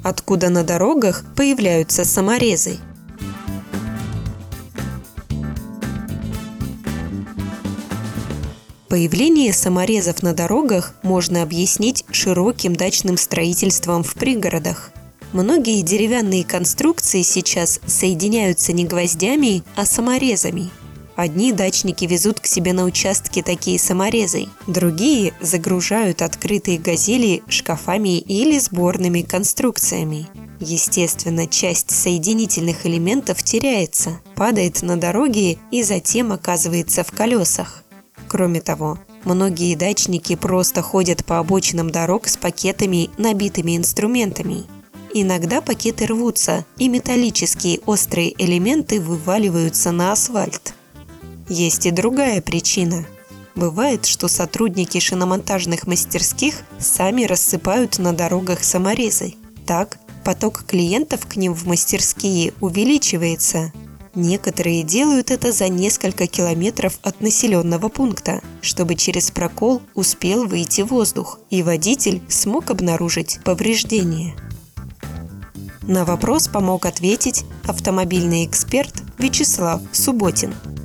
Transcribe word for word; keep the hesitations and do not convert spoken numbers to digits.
Откуда на дорогах появляются саморезы? Появление саморезов на дорогах можно объяснить широким дачным строительством в пригородах. Многие деревянные конструкции сейчас соединяются не гвоздями, а саморезами. Одни дачники везут к себе на участки такие саморезы, другие загружают открытые газели шкафами или сборными конструкциями. Естественно, часть соединительных элементов теряется, падает на дороги и затем оказывается в колесах. Кроме того, многие дачники просто ходят по обочинам дорог с пакетами, набитыми инструментами. Иногда пакеты рвутся, и металлические острые элементы вываливаются на асфальт. Есть и другая причина. Бывает, что сотрудники шиномонтажных мастерских сами рассыпают на дорогах саморезы. Так, поток клиентов к ним в мастерские увеличивается. Некоторые делают это за несколько километров от населенного пункта, чтобы через прокол успел выйти воздух, и водитель смог обнаружить повреждения. На вопрос помог ответить автомобильный эксперт Вячеслав Субботин.